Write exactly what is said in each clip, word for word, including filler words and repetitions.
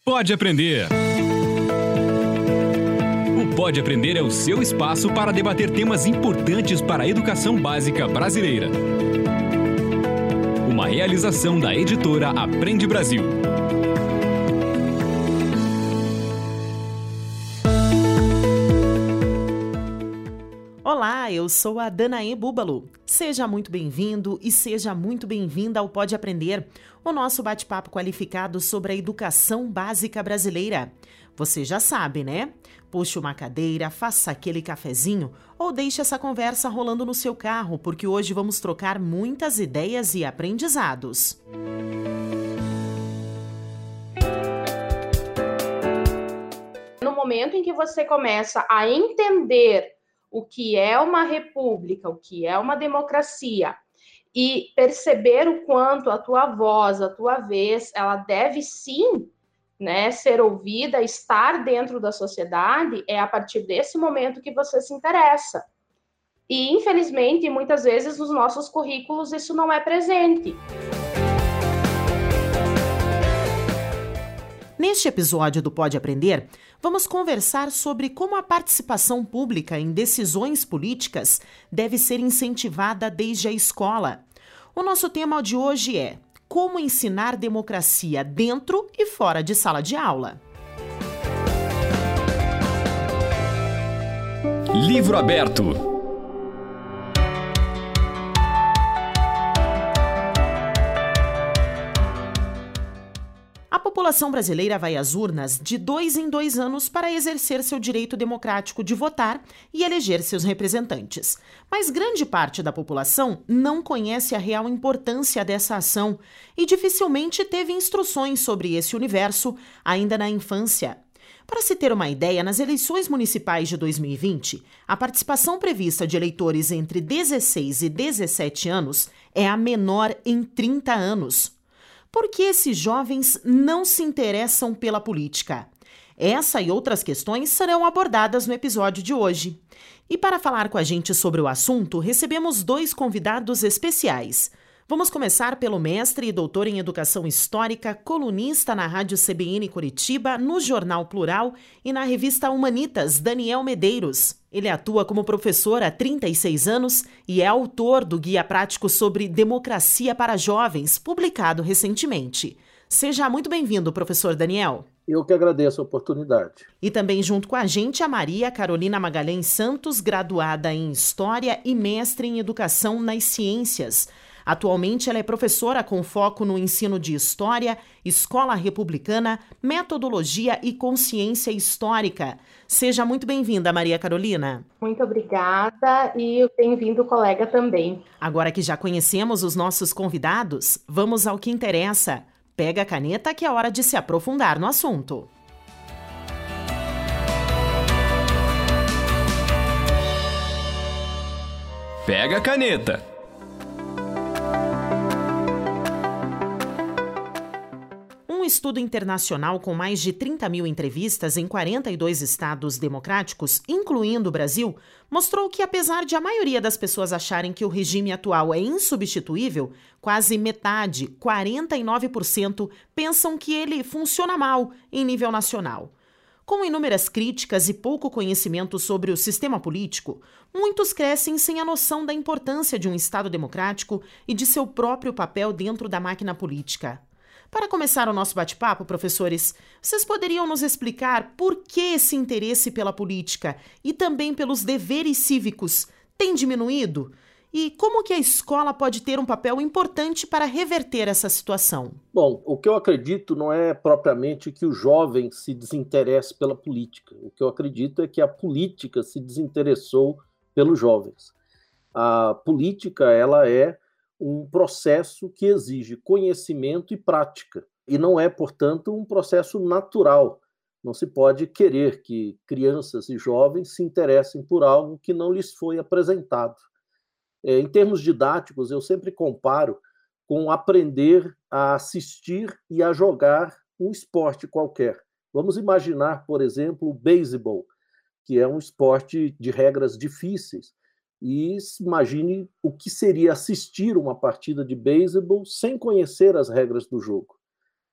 Pode Aprender. O Pode Aprender é o seu espaço para debater temas importantes para a educação básica brasileira. Uma realização da editora Aprende Brasil. Olá, eu sou a Danae Búbalo. Seja muito bem-vindo e seja muito bem-vinda ao Pode Aprender, o nosso bate-papo qualificado sobre a educação básica brasileira. Você já sabe, né? Puxe uma cadeira, faça aquele cafezinho ou deixe essa conversa rolando no seu carro, porque hoje vamos trocar muitas ideias e aprendizados. No momento em que você começa a entender o que é uma república, o que é uma democracia, e perceber o quanto a tua voz, a tua vez, ela deve sim, né, ser ouvida, estar dentro da sociedade, é a partir desse momento que você se interessa. E, infelizmente, muitas vezes nos nossos currículos isso não é presente. Neste episódio do Pode Aprender, vamos conversar sobre como a participação pública em decisões políticas deve ser incentivada desde a escola. O nosso tema de hoje é como ensinar democracia dentro e fora de sala de aula. Livro aberto. A população brasileira vai às urnas de dois em dois anos para exercer seu direito democrático de votar e eleger seus representantes. Mas grande parte da população não conhece a real importância dessa ação e dificilmente teve instruções sobre esse universo ainda na infância. Para se ter uma ideia, nas eleições municipais de dois mil e vinte, a participação prevista de eleitores entre dezesseis e dezessete anos é a menor em trinta anos. Por que esses jovens não se interessam pela política? Essa e outras questões serão abordadas no episódio de hoje. E para falar com a gente sobre o assunto, recebemos dois convidados especiais. Vamos começar pelo mestre e doutor em Educação Histórica, colunista na Rádio C B N Curitiba, no Jornal Plural e na revista Humanitas, Daniel Medeiros. Ele atua como professor há trinta e seis anos e é autor do Guia Prático sobre Democracia para Jovens, publicado recentemente. Seja muito bem-vindo, professor Daniel. Eu que agradeço a oportunidade. E também junto com a gente a Maria Carolina Magalhães Santos, graduada em História e mestre em Educação nas Ciências. Atualmente, ela é professora com foco no ensino de História, Escola Republicana, Metodologia e Consciência Histórica. Seja muito bem-vinda, Maria Carolina. Muito obrigada e bem-vindo, colega, também. Agora que já conhecemos os nossos convidados, vamos ao que interessa. Pega a caneta que é hora de se aprofundar no assunto. Pega a caneta. Um estudo internacional com mais de trinta mil entrevistas em quarenta e dois estados democráticos, incluindo o Brasil, mostrou que, apesar de a maioria das pessoas acharem que o regime atual é insubstituível, quase metade, quarenta e nove por cento, pensam que ele funciona mal em nível nacional. Com inúmeras críticas e pouco conhecimento sobre o sistema político, muitos crescem sem a noção da importância de um Estado democrático e de seu próprio papel dentro da máquina política. Para começar o nosso bate-papo, professores, vocês poderiam nos explicar por que esse interesse pela política e também pelos deveres cívicos tem diminuído? E como que a escola pode ter um papel importante para reverter essa situação? Bom, o que eu acredito não é propriamente que o jovem se desinteresse pela política. O que eu acredito é que a política se desinteressou pelos jovens. A política, ela é um processo que exige conhecimento e prática, e não é, portanto, um processo natural. Não se pode querer que crianças e jovens se interessem por algo que não lhes foi apresentado. É, em termos didáticos, eu sempre comparo com aprender a assistir e a jogar um esporte qualquer. Vamos imaginar, por exemplo, o beisebol, que é um esporte de regras difíceis, e imagine o que seria assistir uma partida de beisebol sem conhecer as regras do jogo.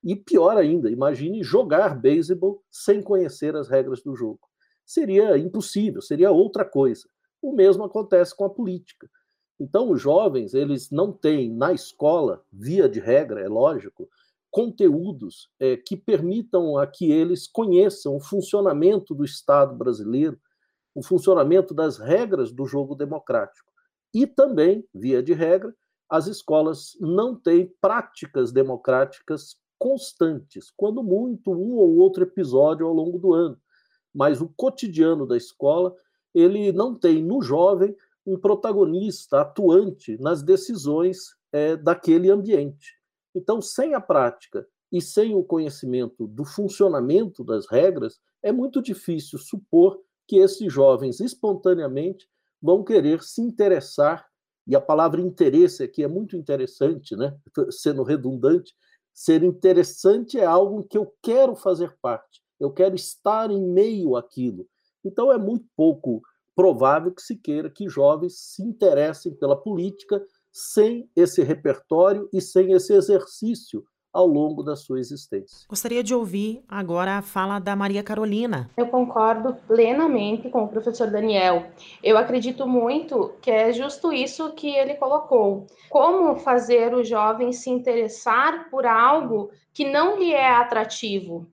E pior ainda, imagine jogar beisebol sem conhecer as regras do jogo. Seria impossível, seria outra coisa. O mesmo acontece com a política. Então, os jovens, eles não têm na escola, via de regra, é lógico, conteúdos é, que permitam a que eles conheçam o funcionamento do Estado brasileiro, o funcionamento das regras do jogo democrático. E também, via de regra, as escolas não têm práticas democráticas constantes, quando muito, um ou outro episódio ao longo do ano. Mas o cotidiano da escola, ele não tem no jovem um protagonista atuante nas decisões é, daquele ambiente. Então, sem a prática e sem o conhecimento do funcionamento das regras, é muito difícil supor que esses jovens, espontaneamente, vão querer se interessar, e a palavra interesse aqui é muito interessante, né? Sendo redundante, ser interessante é algo que eu quero fazer parte, eu quero estar em meio àquilo. Então, é muito pouco provável que se queira que jovens se interessem pela política sem esse repertório e sem esse exercício ao longo da sua existência. Gostaria de ouvir agora a fala da Maria Carolina. Eu concordo plenamente com o professor Daniel. Eu acredito muito que é justo isso que ele colocou. Como fazer o jovem se interessar por algo que não lhe é atrativo?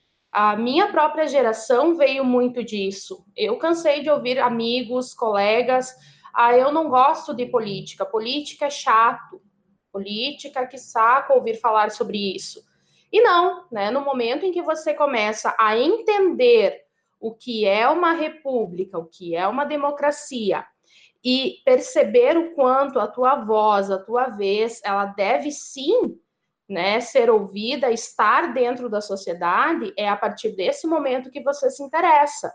A minha própria geração veio muito disso. Eu cansei de ouvir amigos, colegas, ah, eu não gosto de política, política é chato, política, que saco ouvir falar sobre isso. E não, né? No momento em que você começa a entender o que é uma república, o que é uma democracia, e perceber o quanto a tua voz, a tua vez, ela deve sim, né, ser ouvida, estar dentro da sociedade, é a partir desse momento que você se interessa.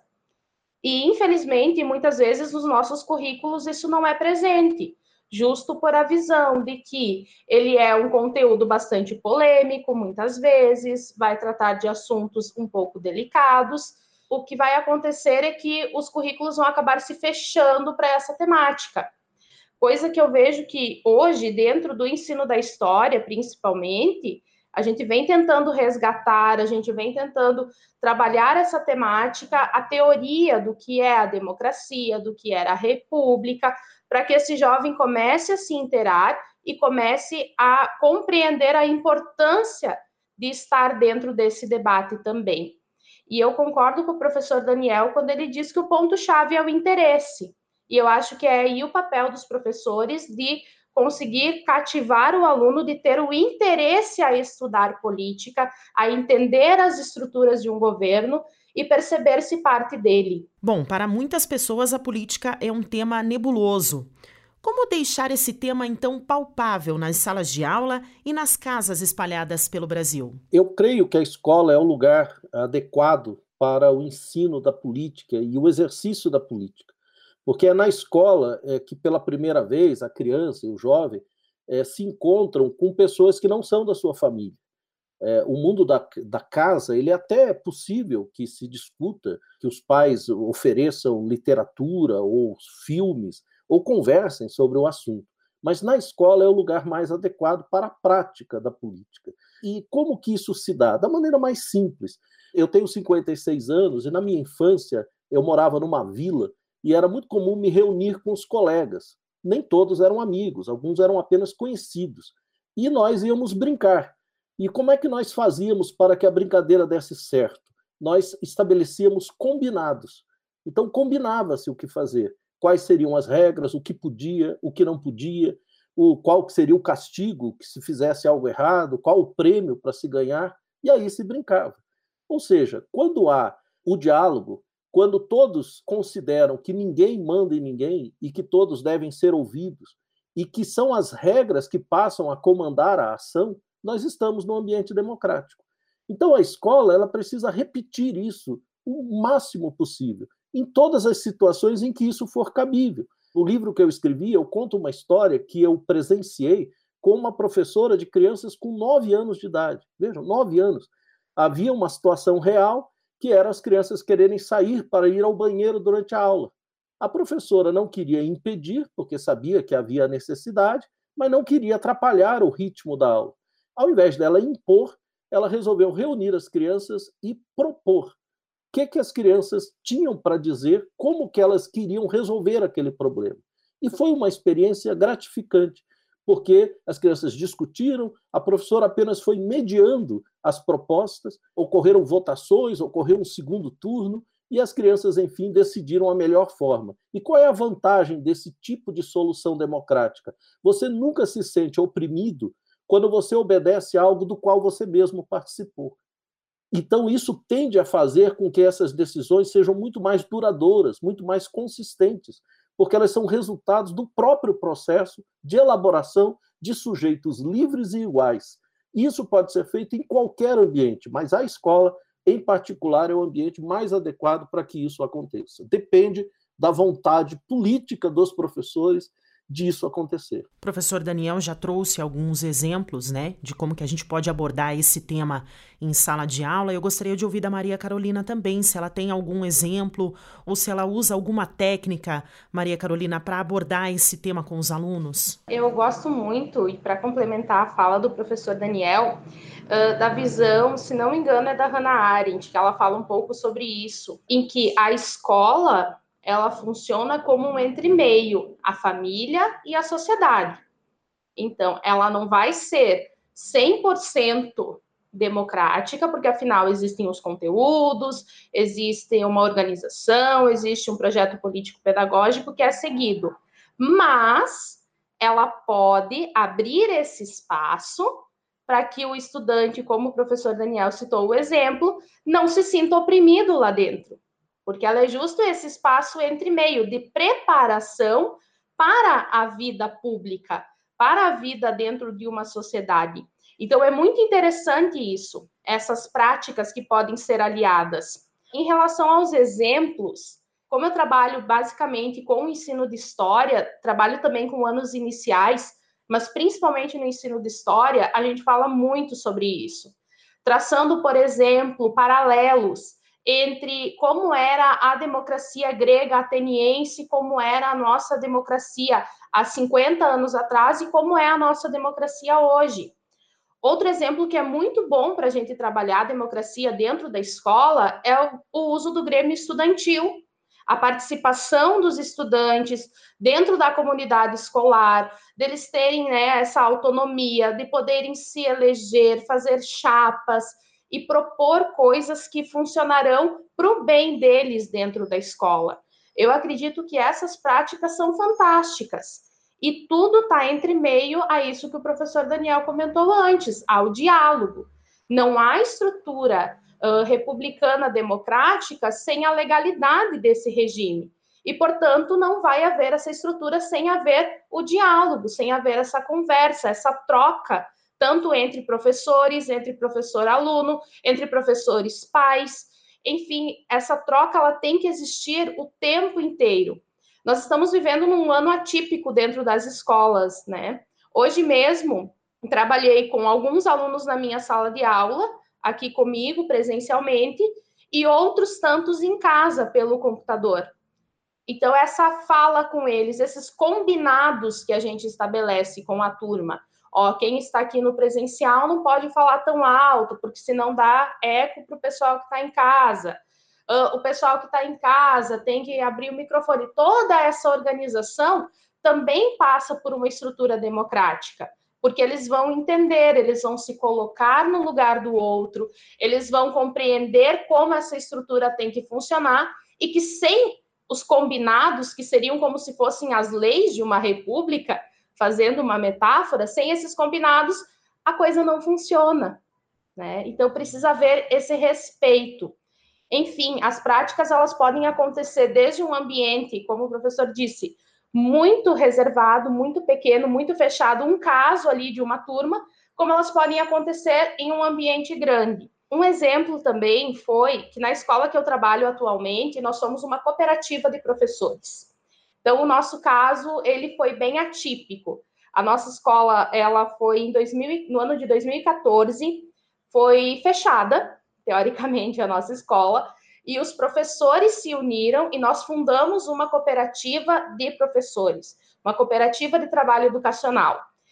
E, infelizmente, muitas vezes nos nossos currículos isso não é presente, justo por a visão de que ele é um conteúdo bastante polêmico, muitas vezes, vai tratar de assuntos um pouco delicados. O que vai acontecer é que os currículos vão acabar se fechando para essa temática. Coisa que eu vejo que hoje, dentro do ensino da história, principalmente, a gente vem tentando resgatar, a gente vem tentando trabalhar essa temática, a teoria do que é a democracia, do que era a república, para que esse jovem comece a se inteirar e comece a compreender a importância de estar dentro desse debate também. E eu concordo com o professor Daniel quando ele diz que o ponto-chave é o interesse. E eu acho que é aí o papel dos professores de conseguir cativar o aluno, de ter o interesse a estudar política, a entender as estruturas de um governo e perceber-se parte dele. Bom, para muitas pessoas a política é um tema nebuloso. Como deixar esse tema, então, palpável nas salas de aula e nas casas espalhadas pelo Brasil? Eu creio que a escola é o lugar adequado para o ensino da política e o exercício da política. Porque é na escola é, que, pela primeira vez, a criança e o jovem é, se encontram com pessoas que não são da sua família. É, o mundo da, da casa, ele é até possível que se discuta, que os pais ofereçam literatura ou filmes, ou conversem sobre o assunto. Mas na escola é o lugar mais adequado para a prática da política. E como que isso se dá? Da maneira mais simples. Eu tenho cinquenta e seis anos e, na minha infância, eu morava numa vila e era muito comum me reunir com os colegas. Nem todos eram amigos, alguns eram apenas conhecidos. E nós íamos brincar. E como é que nós fazíamos para que a brincadeira desse certo? Nós estabelecíamos combinados. Então, combinava-se o que fazer. Quais seriam as regras, o que podia, o que não podia, o, qual seria o castigo que se fizesse algo errado, qual o prêmio para se ganhar, e aí se brincava. Ou seja, quando há o diálogo, quando todos consideram que ninguém manda em ninguém e que todos devem ser ouvidos e que são as regras que passam a comandar a ação, nós estamos num ambiente democrático. Então a escola ela precisa repetir isso o máximo possível, em todas as situações em que isso for cabível. No livro que eu escrevi, eu conto uma história que eu presenciei com uma professora de crianças com nove anos de idade. Vejam, nove anos. Havia uma situação real que era as crianças quererem sair para ir ao banheiro durante a aula. A professora não queria impedir, porque sabia que havia necessidade, mas não queria atrapalhar o ritmo da aula. Ao invés dela impor, ela resolveu reunir as crianças e propor o que, que as crianças tinham para dizer, como que elas queriam resolver aquele problema. E foi uma experiência gratificante, porque as crianças discutiram, a professora apenas foi mediando as propostas, ocorreram votações, ocorreu um segundo turno, e as crianças, enfim, decidiram a melhor forma. E qual é a vantagem desse tipo de solução democrática? Você nunca se sente oprimido quando você obedece a algo do qual você mesmo participou. Então, isso tende a fazer com que essas decisões sejam muito mais duradouras, muito mais consistentes, porque elas são resultados do próprio processo de elaboração de sujeitos livres e iguais. Isso pode ser feito em qualquer ambiente, mas a escola, em particular, é o ambiente mais adequado para que isso aconteça. Depende da vontade política dos professores disso acontecer. O professor Daniel já trouxe alguns exemplos, né, de como que a gente pode abordar esse tema em sala de aula. Eu gostaria de ouvir da Maria Carolina também, se ela tem algum exemplo ou se ela usa alguma técnica, Maria Carolina, para abordar esse tema com os alunos. Eu gosto muito, e para complementar a fala do professor Daniel, uh, da visão, se não me engano, é da Hannah Arendt, que ela fala um pouco sobre isso, em que a escola ela funciona como um entre-meio, a família e a sociedade. Então, ela não vai ser cem por cento democrática, porque, afinal, existem os conteúdos, existe uma organização, existe um projeto político-pedagógico que é seguido. Mas ela pode abrir esse espaço para que o estudante, como o professor Daniel citou o exemplo, não se sinta oprimido lá dentro. Porque ela é justo esse espaço entre meio de preparação para a vida pública, para a vida dentro de uma sociedade. Então, é muito interessante isso, essas práticas que podem ser aliadas. Em relação aos exemplos, como eu trabalho basicamente com o ensino de história, trabalho também com anos iniciais, mas principalmente no ensino de história, a gente fala muito sobre isso. Traçando, por exemplo, paralelos entre como era a democracia grega ateniense, como era a nossa democracia há cinquenta anos atrás e como é a nossa democracia hoje. Outro exemplo que é muito bom para a gente trabalhar a democracia dentro da escola é o, o uso do grêmio estudantil, a participação dos estudantes dentro da comunidade escolar, deles terem, né, essa autonomia, de poderem se eleger, fazer chapas, e propor coisas que funcionarão para o bem deles dentro da escola. Eu acredito que essas práticas são fantásticas. E tudo está entre meio a isso que o professor Daniel comentou antes, ao diálogo. Não há estrutura uh, republicana democrática sem a legalidade desse regime. E, portanto, não vai haver essa estrutura sem haver o diálogo, sem haver essa conversa, essa troca, tanto entre professores, entre professor-aluno, entre professores-pais. Enfim, essa troca ela tem que existir o tempo inteiro. Nós estamos vivendo num ano atípico dentro das escolas, né? Hoje mesmo, trabalhei com alguns alunos na minha sala de aula, aqui comigo, presencialmente, e outros tantos em casa, pelo computador. Então, essa fala com eles, esses combinados que a gente estabelece com a turma, ó, quem está aqui no presencial não pode falar tão alto, porque senão dá eco para o pessoal que está em casa. Uh, o pessoal que está em casa tem que abrir o microfone. Toda essa organização também passa por uma estrutura democrática, porque eles vão entender, eles vão se colocar no lugar do outro, eles vão compreender como essa estrutura tem que funcionar e que sem os combinados, que seriam como se fossem as leis de uma república, fazendo uma metáfora, sem esses combinados, a coisa não funciona, né? Então, precisa haver esse respeito. Enfim, as práticas, elas podem acontecer desde um ambiente, como o professor disse, muito reservado, muito pequeno, muito fechado, um caso ali de uma turma, como elas podem acontecer em um ambiente grande. Um exemplo também foi que na escola que eu trabalho atualmente, nós somos uma cooperativa de professores. Então, o nosso caso, ele foi bem atípico. A nossa escola, ela foi em dois mil, no ano de dois mil e quatorze, foi fechada, teoricamente, a nossa escola, e os professores se uniram e nós fundamos uma cooperativa de professores, uma cooperativa de trabalho educacional.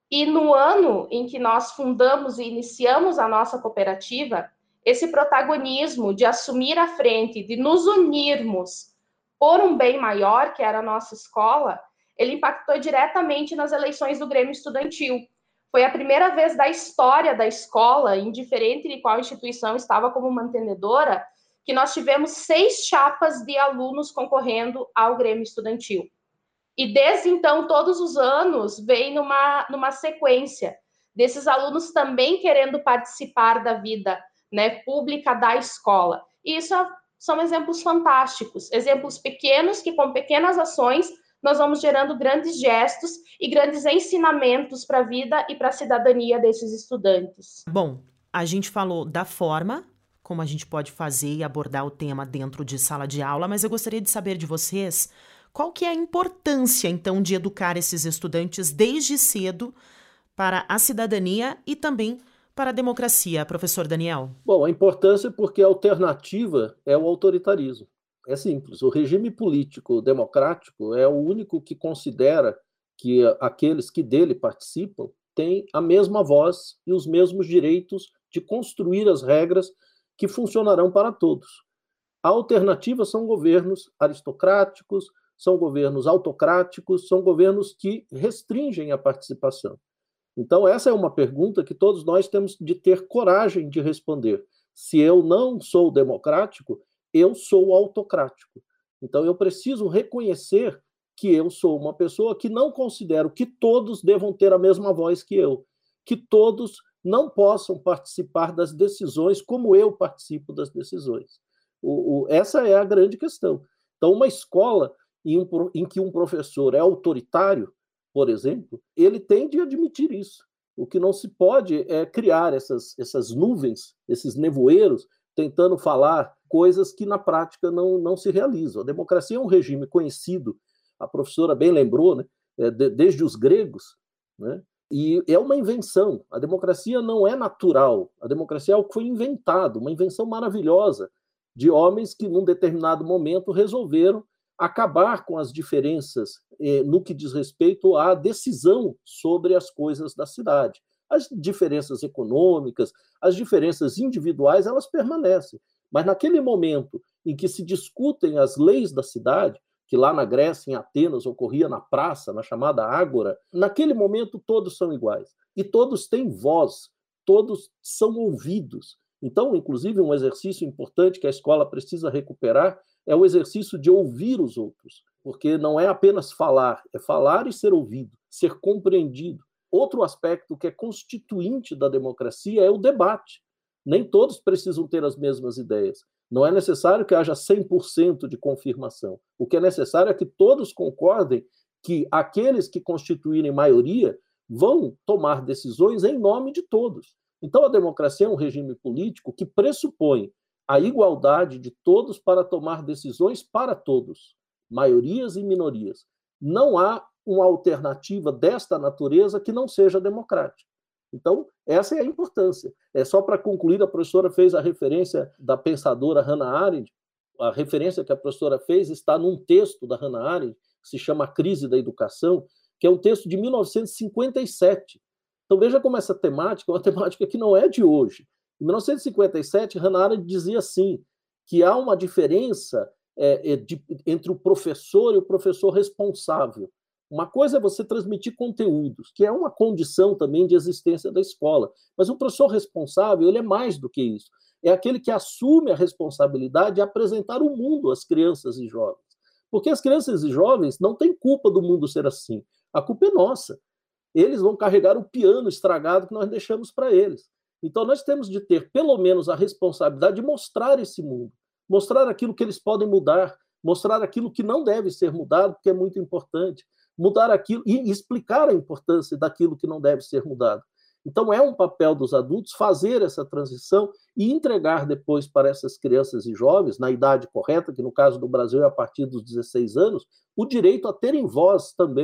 E no ano em que nós fundamos e iniciamos a nossa cooperativa, esse protagonismo de assumir a frente, de nos unirmos por um bem maior, que era a nossa escola, ele impactou diretamente nas eleições do Grêmio Estudantil. Foi a primeira vez da história da escola, indiferente de qual instituição estava como mantenedora, que nós tivemos seis chapas de alunos concorrendo ao Grêmio Estudantil. E desde então, todos os anos, vem numa, numa sequência desses alunos também querendo participar da vida, né, pública da escola. E isso são exemplos fantásticos, exemplos pequenos que, com pequenas ações, nós vamos gerando grandes gestos e grandes ensinamentos para a vida e para a cidadania desses estudantes. Bom, a gente falou da forma como a gente pode fazer e abordar o tema dentro de sala de aula, mas eu gostaria de saber de vocês qual que é a importância, então, de educar esses estudantes desde cedo para a cidadania e também para a democracia, professor Daniel? Bom, a importância é porque a alternativa é o autoritarismo. É simples, o regime político democrático é o único que considera que aqueles que dele participam têm a mesma voz e os mesmos direitos de construir as regras que funcionarão para todos. A alternativa são governos aristocráticos, são governos autocráticos, são governos que restringem a participação. Então, essa é uma pergunta que todos nós temos de ter coragem de responder. Se eu não sou democrático, eu sou autocrático. Então, eu preciso reconhecer que eu sou uma pessoa que não considero que todos devam ter a mesma voz que eu, que todos não possam participar das decisões como eu participo das decisões. O, o, essa é a grande questão. Então, uma escola em, um, em que um professor é autoritário, por exemplo, ele tem de admitir isso. O que não se pode é criar essas, essas nuvens, esses nevoeiros, tentando falar coisas que na prática não, não se realizam. A democracia é um regime conhecido, a professora bem lembrou, né, desde os gregos, né, e é uma invenção. A democracia não é natural, a democracia é algo que foi inventado, uma invenção maravilhosa de homens que, num determinado momento, resolveram acabar com as diferenças eh, no que diz respeito à decisão sobre as coisas da cidade. As diferenças econômicas, as diferenças individuais, elas permanecem. Mas naquele momento em que se discutem as leis da cidade, que lá na Grécia, em Atenas, ocorria na praça, na chamada ágora, naquele momento todos são iguais. E todos têm voz, todos são ouvidos. Então, inclusive, um exercício importante que a escola precisa recuperar é o exercício de ouvir os outros, porque não é apenas falar, é falar e ser ouvido, ser compreendido. Outro aspecto que é constituinte da democracia é o debate. Nem todos precisam ter as mesmas ideias. Não é necessário que haja cem por cento de confirmação. O que é necessário é que todos concordem que aqueles que constituírem maioria vão tomar decisões em nome de todos. Então, a democracia é um regime político que pressupõe a igualdade de todos para tomar decisões para todos, maiorias e minorias. Não há uma alternativa desta natureza que não seja democrática. Então, essa é a importância. É só para concluir, a professora fez a referência da pensadora Hannah Arendt. A referência que a professora fez está num texto da Hannah Arendt, que se chama A Crise da Educação, que é um texto de mil novecentos e cinquenta e sete. Então, veja como essa temática é uma temática que não é de hoje. Em mil novecentos e cinquenta e sete, Hannah Arendt dizia assim, que há uma diferença é, de, entre o professor e o professor responsável. Uma coisa é você transmitir conteúdos, que é uma condição também de existência da escola. Mas o professor responsável, ele é mais do que isso. É aquele que assume a responsabilidade de apresentar o mundo às crianças e jovens. Porque as crianças e jovens não têm culpa do mundo ser assim. A culpa é nossa. Eles vão carregar o piano estragado que nós deixamos para eles. Então, nós temos de ter, pelo menos, a responsabilidade de mostrar esse mundo, mostrar aquilo que eles podem mudar, mostrar aquilo que não deve ser mudado, porque é muito importante, mudar aquilo e explicar a importância daquilo que não deve ser mudado. Então, é um papel dos adultos fazer essa transição e entregar depois para essas crianças e jovens, na idade correta, que no caso do Brasil é a partir dos dezesseis anos, o direito a terem voz também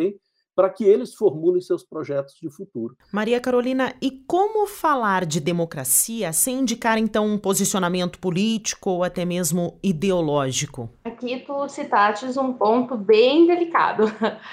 para que eles formulem seus projetos de futuro. Maria Carolina, e como falar de democracia sem indicar, então, um posicionamento político ou até mesmo ideológico? Aqui tu citaste um ponto bem delicado.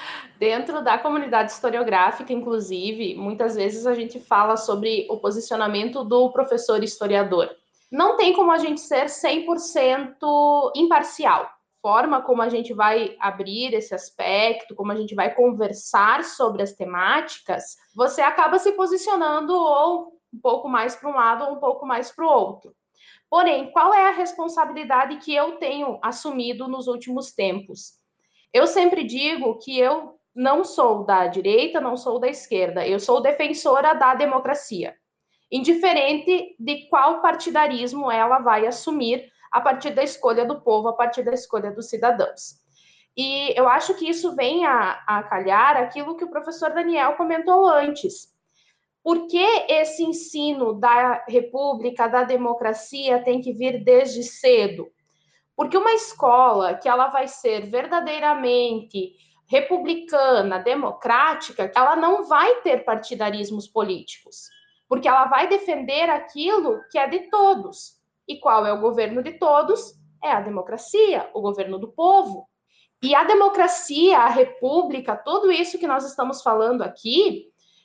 Dentro da comunidade historiográfica, inclusive, muitas vezes a gente fala sobre o posicionamento do professor historiador. Não tem como a gente ser cem por cento imparcial. Forma como a gente vai abrir esse aspecto, como a gente vai conversar sobre as temáticas, você acaba se posicionando ou um pouco mais para um lado ou um pouco mais para o outro. Porém, qual é a responsabilidade que eu tenho assumido nos últimos tempos? Eu sempre digo que eu não sou da direita, não sou da esquerda, eu sou defensora da democracia, indiferente de qual partidarismo ela vai assumir a partir da escolha do povo, a partir da escolha dos cidadãos. E eu acho que isso vem a, a calhar aquilo que o professor Daniel comentou antes. Por que esse ensino da república, da democracia, tem que vir desde cedo? Porque uma escola que ela vai ser verdadeiramente republicana, democrática, ela não vai ter partidarismos políticos, porque ela vai defender aquilo que é de todos. E qual é o governo de todos? É a democracia, o governo do povo. E a democracia, a república, tudo isso que nós estamos falando aqui,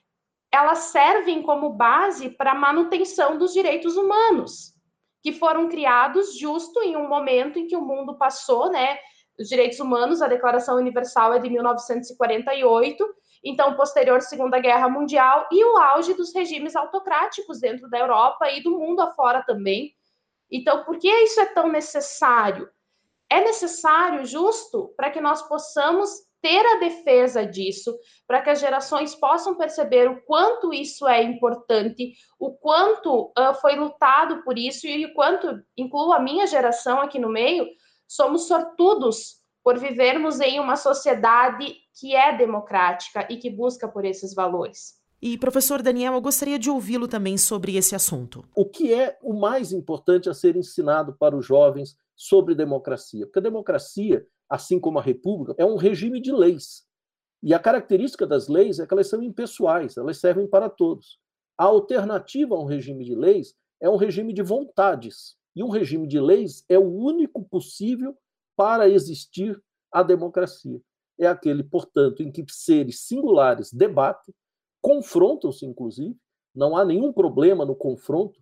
elas servem como base para a manutenção dos direitos humanos, que foram criados justo em um momento em que o mundo passou, né? Os direitos humanos, a Declaração Universal é de mil novecentos e quarenta e oito, então, posterior Segunda Guerra Mundial, e o auge dos regimes autocráticos dentro da Europa e do mundo afora também. Então, por que isso é tão necessário? É necessário justo para que nós possamos ter a defesa disso, para que as gerações possam perceber o quanto isso é importante, o quanto uh, foi lutado por isso e o quanto, incluo a minha geração aqui no meio, somos sortudos por vivermos em uma sociedade que é democrática e que busca por esses valores. E, professor Daniel, eu gostaria de ouvi-lo também sobre esse assunto. O que é o mais importante a ser ensinado para os jovens sobre democracia? Porque a democracia, assim como a república, é um regime de leis. E a característica das leis é que elas são impessoais, elas servem para todos. A alternativa a um regime de leis é um regime de vontades. E um regime de leis é o único possível para existir a democracia. É aquele, portanto, em que seres singulares debatem, confrontam-se, inclusive, não há nenhum problema no confronto.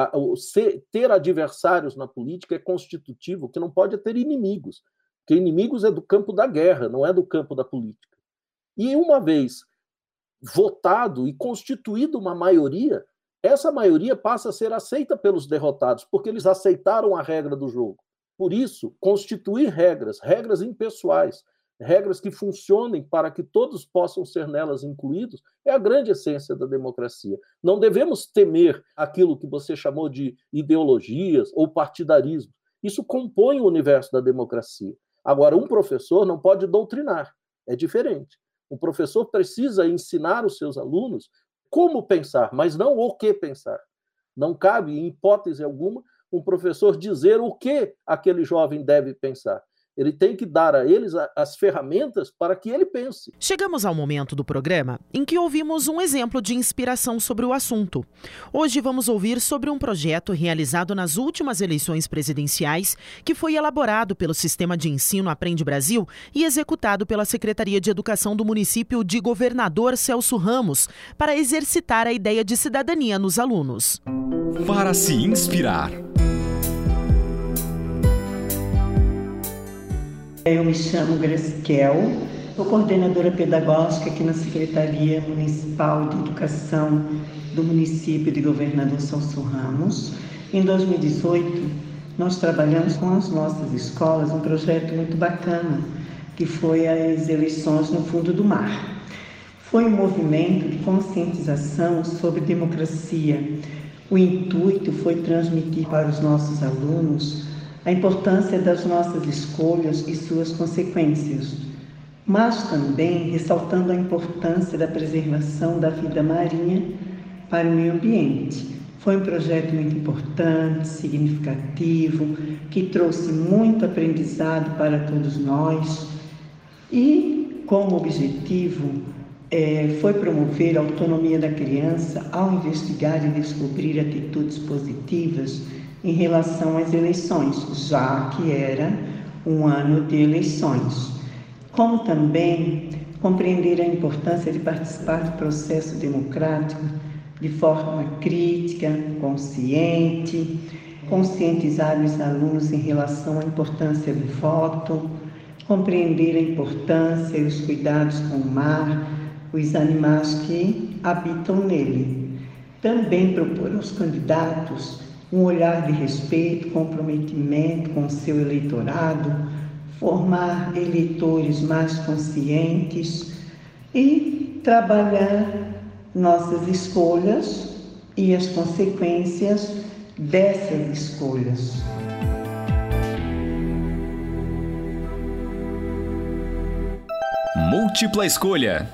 Ter adversários na política é constitutivo, o que não pode é ter inimigos, porque inimigos é do campo da guerra, não é do campo da política. E uma vez votado e constituída uma maioria, essa maioria passa a ser aceita pelos derrotados, porque eles aceitaram a regra do jogo. Por isso, constituir regras, regras impessoais, regras que funcionem para que todos possam ser nelas incluídos, é a grande essência da democracia. Não devemos temer aquilo que você chamou de ideologias ou partidarismo. Isso compõe o universo da democracia. Agora, um professor não pode doutrinar, é diferente. O professor precisa ensinar os seus alunos como pensar, mas não o que pensar. Não cabe, em hipótese alguma, um professor dizer o que aquele jovem deve pensar. Ele tem que dar a eles as ferramentas para que ele pense. Chegamos ao momento do programa em que ouvimos um exemplo de inspiração sobre o assunto. Hoje vamos ouvir sobre um projeto realizado nas últimas eleições presidenciais que foi elaborado pelo Sistema de Ensino Aprende Brasil e executado pela Secretaria de Educação do município de Governador Celso Ramos para exercitar a ideia de cidadania nos alunos. Para se inspirar. Eu me chamo Graciel, sou coordenadora pedagógica aqui na Secretaria Municipal de Educação do município de Governador Celso Ramos. Em dois mil e dezoito, nós trabalhamos com as nossas escolas um projeto muito bacana, que foi as eleições no fundo do mar. Foi um movimento de conscientização sobre democracia. O intuito foi transmitir para os nossos alunos a importância das nossas escolhas e suas consequências, mas também ressaltando a importância da preservação da vida marinha para o meio ambiente. Foi um projeto muito importante, significativo, que trouxe muito aprendizado para todos nós e, como objetivo, é, foi promover a autonomia da criança ao investigar e descobrir atitudes positivas em relação às eleições, já que era um ano de eleições. Como também compreender a importância de participar do processo democrático de forma crítica, consciente, conscientizar os alunos em relação à importância do voto, compreender a importância e os cuidados com o mar, os animais que habitam nele. Também propor aos candidatos um olhar de respeito, comprometimento com o seu eleitorado, formar eleitores mais conscientes e trabalhar nossas escolhas e as consequências dessas escolhas. Múltipla escolha.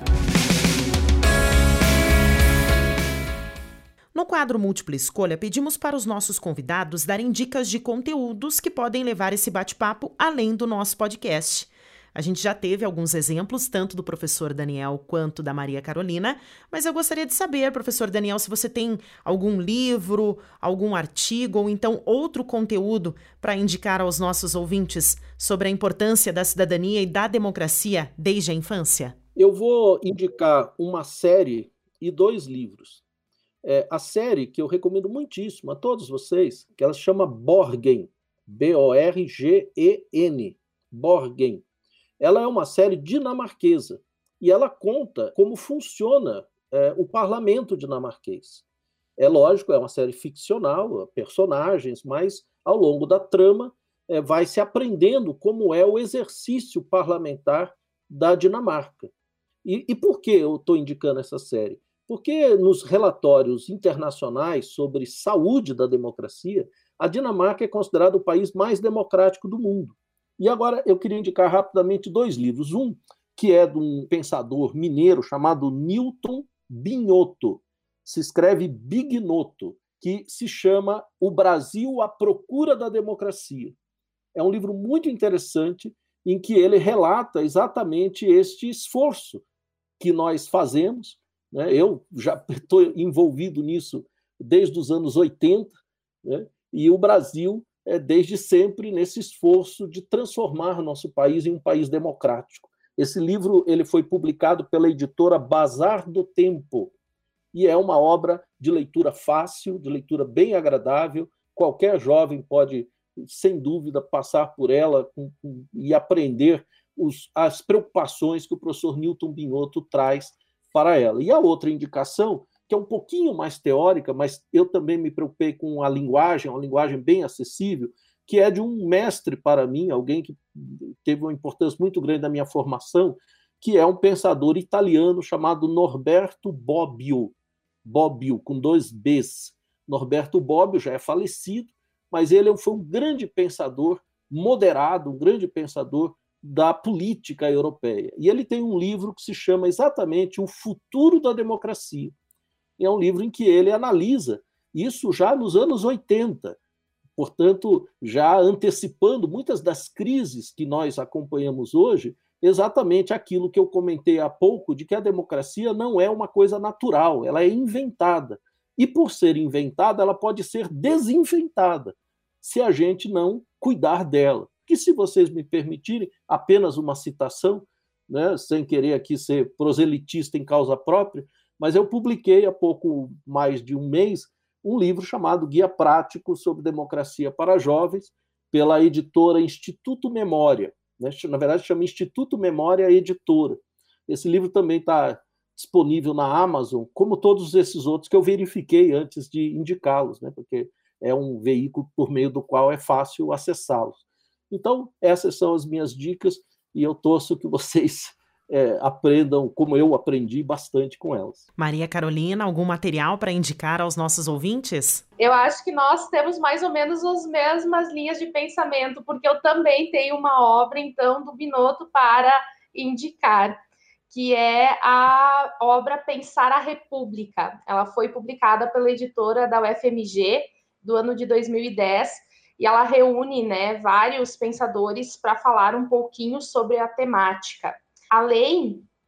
No quadro Múltipla Escolha, pedimos para os nossos convidados darem dicas de conteúdos que podem levar esse bate-papo além do nosso podcast. A gente já teve alguns exemplos, tanto do professor Daniel quanto da Maria Carolina, mas eu gostaria de saber, professor Daniel, se você tem algum livro, algum artigo ou então outro conteúdo para indicar aos nossos ouvintes sobre a importância da cidadania e da democracia desde a infância. Eu vou indicar uma série e dois livros. É, a série que eu recomendo muitíssimo a todos vocês, que ela se chama Borgen, B O R G E N, Borgen. Ela é uma série dinamarquesa e ela conta como funciona é, o parlamento dinamarquês. É lógico, é uma série ficcional, personagens, mas ao longo da trama é, vai se aprendendo como é o exercício parlamentar da Dinamarca. E, e por que eu estou indicando essa série? Porque nos relatórios internacionais sobre saúde da democracia, a Dinamarca é considerada o país mais democrático do mundo. E agora eu queria indicar rapidamente dois livros. Um, que é de um pensador mineiro chamado Newton Binhoto. Se escreve Bignoto, que se chama O Brasil à Procura da Democracia. É um livro muito interessante em que ele relata exatamente este esforço que nós fazemos. Né? Eu já estou envolvido nisso desde os anos oitenta, né? E o Brasil é desde sempre nesse esforço de transformar nosso país em um país democrático. Esse livro ele foi publicado pela editora Bazar do Tempo e é uma obra de leitura fácil, de leitura bem agradável. Qualquer jovem pode, sem dúvida, passar por ela com, com, e aprender os, as preocupações que o professor Newton Binhoto traz para ela. E a outra indicação, que é um pouquinho mais teórica, mas eu também me preocupei com a linguagem, uma linguagem bem acessível, que é de um mestre para mim, alguém que teve uma importância muito grande na minha formação, que é um pensador italiano chamado Norberto Bobbio, Bobbio, com dois Bs. Norberto Bobbio já é falecido, mas ele foi um grande pensador moderado, um grande pensador da política europeia. E ele tem um livro que se chama exatamente O Futuro da Democracia. É um livro em que ele analisa isso já nos anos oitenta, portanto, já antecipando muitas das crises que nós acompanhamos hoje, exatamente aquilo que eu comentei há pouco, de que a democracia não é uma coisa natural, ela é inventada. E, por ser inventada, ela pode ser desinventada, se a gente não cuidar dela. Que, se vocês me permitirem, apenas uma citação, né, sem querer aqui ser proselitista em causa própria, mas eu publiquei há pouco mais de um mês um livro chamado Guia Prático sobre Democracia para Jovens, pela editora Instituto Memória. Né? Na verdade, chama Instituto Memória Editora. Esse livro também está disponível na Amazon, como todos esses outros que eu verifiquei antes de indicá-los, né? Porque é um veículo por meio do qual é fácil acessá-los. Então, essas são as minhas dicas e eu torço que vocês é, aprendam como eu aprendi bastante com elas. Maria Carolina, algum material para indicar aos nossos ouvintes? Eu acho que nós temos mais ou menos as mesmas linhas de pensamento, porque eu também tenho uma obra, então, do Binhoto para indicar, que é a obra Pensar a República. Ela foi publicada pela editora da U F M G do ano de dois mil e dez, e ela reúne, né, vários pensadores para falar um pouquinho sobre a temática. Além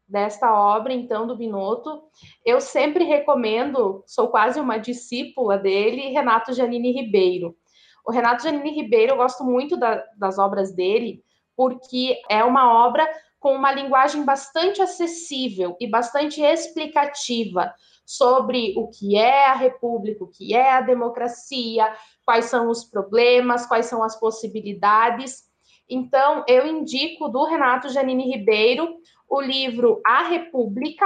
desta obra, então, do Binotto, eu sempre recomendo, sou quase uma discípula dele, Renato Giannini Ribeiro. O Renato Giannini Ribeiro, eu gosto muito da, das obras dele, porque é uma obra com uma linguagem bastante acessível e bastante explicativa sobre o que é a república, o que é a democracia, quais são os problemas, quais são as possibilidades. Então, eu indico do Renato Giannini Ribeiro o livro A República,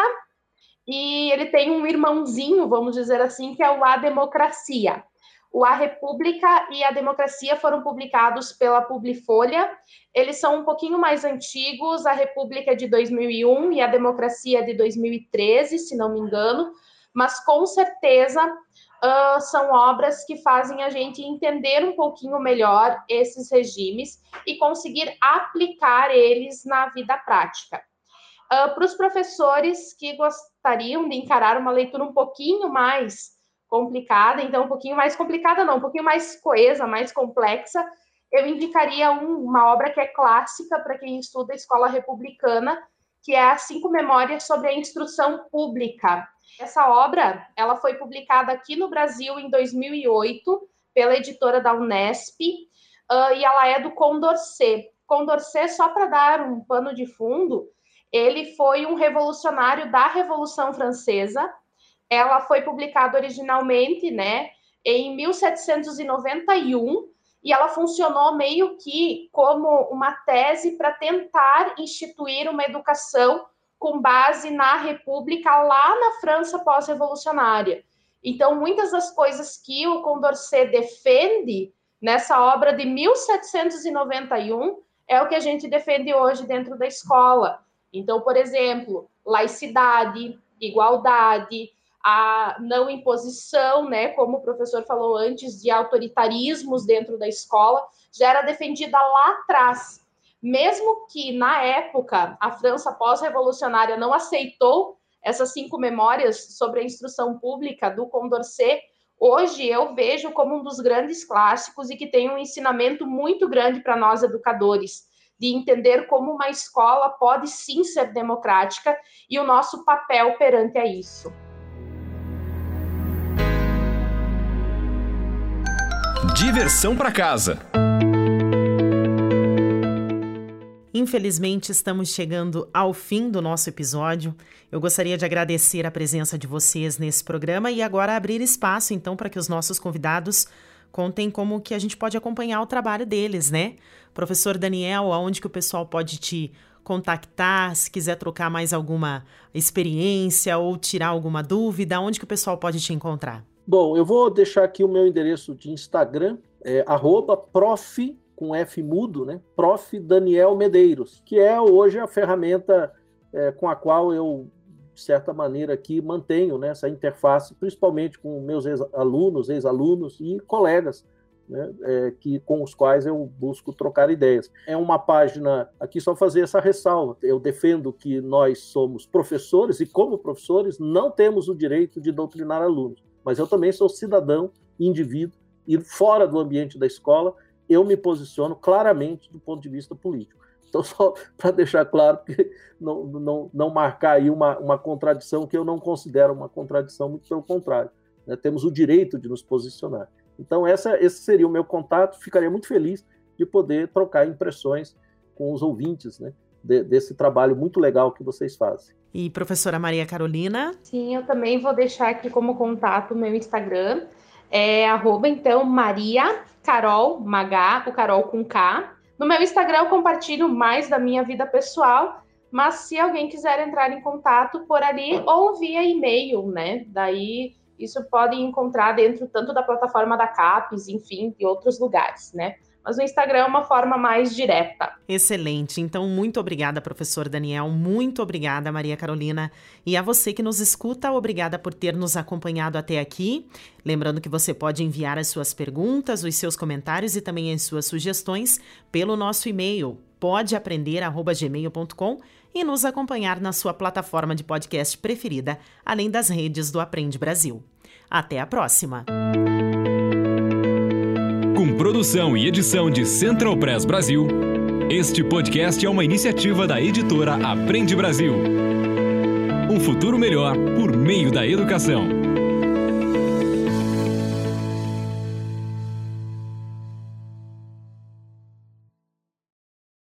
e ele tem um irmãozinho, vamos dizer assim, que é o A Democracia. O A República e a Democracia foram publicados pela Publifolha. Eles são um pouquinho mais antigos, a República é de dois mil e um e a Democracia é de dois mil e treze, se não me engano, mas com certeza uh, são obras que fazem a gente entender um pouquinho melhor esses regimes e conseguir aplicar eles na vida prática. Uh, para os professores que gostariam de encarar uma leitura um pouquinho mais complicada, então um pouquinho mais complicada não, um pouquinho mais coesa, mais complexa, eu indicaria um, uma obra que é clássica para quem estuda escola republicana, que é As Cinco Memórias sobre a Instrução Pública. Essa obra, ela foi publicada aqui no Brasil em dois mil e oito, pela editora da Unesp, uh, e ela é do Condorcet. Condorcet, só para dar um pano de fundo, ele foi um revolucionário da Revolução Francesa. Ela foi publicada originalmente, né, em mil setecentos e noventa e um, e ela funcionou meio que como uma tese para tentar instituir uma educação com base na República lá na França pós-revolucionária. Então, muitas das coisas que o Condorcet defende nessa obra de mil setecentos e noventa e um é o que a gente defende hoje dentro da escola. Então, por exemplo, laicidade, igualdade, a não imposição, né, como o professor falou antes, de autoritarismos dentro da escola, já era defendida lá atrás. Mesmo que, na época, a França pós-revolucionária não aceitou essas cinco memórias sobre a instrução pública do Condorcet, hoje eu vejo como um dos grandes clássicos e que tem um ensinamento muito grande para nós educadores, de entender como uma escola pode sim ser democrática e o nosso papel perante a isso. Diversão para casa. Infelizmente, estamos chegando ao fim do nosso episódio. Eu gostaria de agradecer a presença de vocês nesse programa e agora abrir espaço, então, para que os nossos convidados contem como que a gente pode acompanhar o trabalho deles, né? Professor Daniel, aonde que o pessoal pode te contactar, se quiser trocar mais alguma experiência ou tirar alguma dúvida, aonde que o pessoal pode te encontrar? Bom, eu vou deixar aqui o meu endereço de Instagram, é arroba prof, com F mudo, né? Prof Daniel Medeiros, que é hoje a ferramenta é, com a qual eu, de certa maneira, aqui mantenho, né, essa interface, principalmente com meus ex-alunos, ex-alunos e colegas, né, é, que, com os quais eu busco trocar ideias. É uma página, aqui só fazer essa ressalva, eu defendo que nós somos professores e, como professores, não temos o direito de doutrinar alunos, mas eu também sou cidadão, indivíduo, e fora do ambiente da escola, eu me posiciono claramente do ponto de vista político. Então, só para deixar claro, que não, não, não marcar aí uma, uma contradição que eu não considero uma contradição, muito pelo contrário, né? Temos o direito de nos posicionar. Então, essa, esse seria o meu contato, ficaria muito feliz de poder trocar impressões com os ouvintes, né, de, desse trabalho muito legal que vocês fazem. E professora Maria Carolina? Sim, eu também vou deixar aqui como contato o meu Instagram, é arroba, então, Maria Carol, Magá, o Carol com K. No meu Instagram eu compartilho mais da minha vida pessoal, mas se alguém quiser entrar em contato por ali ou via e-mail, né? Daí isso pode encontrar dentro tanto da plataforma da CAPES, enfim, de outros lugares, né? Mas o Instagram é uma forma mais direta. Excelente. Então, muito obrigada, professor Daniel. Muito obrigada, Maria Carolina. E a você que nos escuta, obrigada por ter nos acompanhado até aqui. Lembrando que você pode enviar as suas perguntas, os seus comentários e também as suas sugestões pelo nosso e-mail, pode aprender arroba gmail ponto com, e nos acompanhar na sua plataforma de podcast preferida, além das redes do Aprende Brasil. Até a próxima! Com produção e edição de Central Press Brasil, este podcast é uma iniciativa da editora Aprende Brasil. Um futuro melhor por meio da educação.